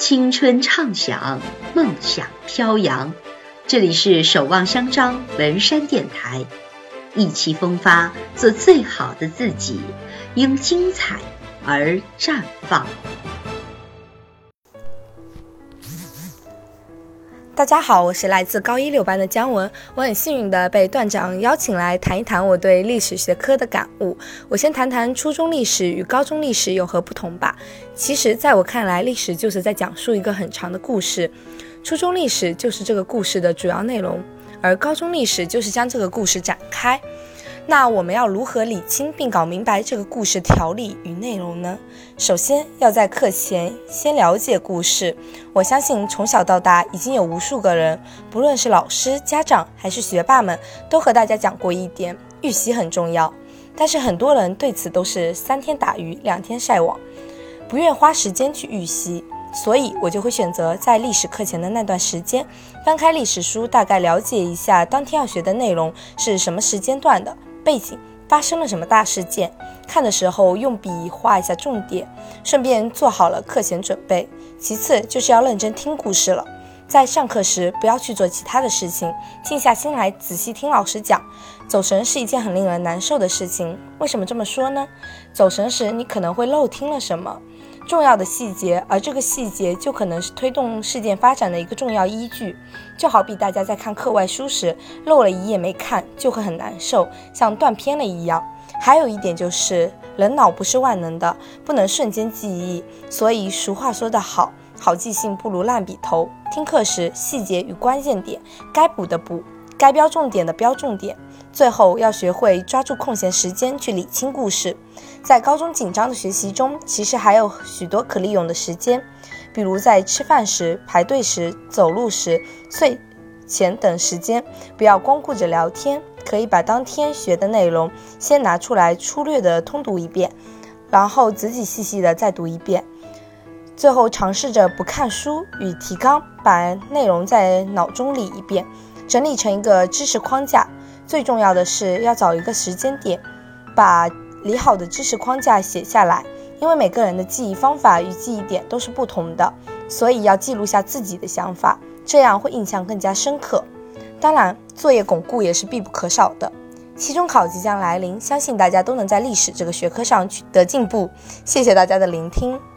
青春畅想，梦想飘扬。这里是守望相张文山电台，意气风发，做最好的自己，因精彩而绽放。 大家好，我是来自高一6班的姜文，我很幸运的被段长邀请来谈一谈我对历史学科的感悟。我先谈谈初中历史与高中历史有何不同吧。其实在我看来，历史就是在讲述一个很长的故事，初中历史就是这个故事的主要内容，而高中历史就是将这个故事展开。那我们要如何理清并搞明白这个故事条理与内容呢？首先要在课前先了解故事。我相信从小到大已经有无数个人，不论是老师、家长还是学霸们，都和大家讲过一点，预习很重要。但是很多人对此都是3天打鱼2天晒网，不愿花时间去预习。所以我就会选择在历史课前的那段时间，翻开历史书，大概了解一下当天要学的内容是什么时间段的背景，发生了什么大事件，看的时候用笔画一下重点，顺便做好了课前准备。其次就是要认真听故事了，在上课时不要去做其他的事情，静下心来仔细听老师讲。走神是一件很令人难受的事情，为什么这么说呢？走神时你可能会漏听了什么重要的细节，而这个细节就可能是推动事件发展的一个重要依据。就好比大家在看课外书时漏了一页没看，就会很难受，像断片了一样。还有一点就是，人脑不是万能的，不能瞬间记忆，所以俗话说得好，好记性不如烂笔头。听课时，细节与关键点该补的补，该标重点的标重点。最后要学会抓住空闲时间去理清故事。在高中紧张的学习中，其实还有许多可利用的时间，比如在吃饭时、排队时、走路时、睡前等时间，不要光顾着聊天，可以把当天学的内容先拿出来粗略的通读一遍，然后仔仔细细的再读一遍。最后尝试着不看书与提纲，把内容在脑中理一遍，整理成一个知识框架。最重要的是要找一个时间点，把理好的知识框架写下来，因为每个人的记忆方法与记忆点都是不同的，所以要记录下自己的想法，这样会印象更加深刻。当然，作业巩固也是必不可少的。期中考即将来临，相信大家都能在历史这个学科上取得进步。谢谢大家的聆听。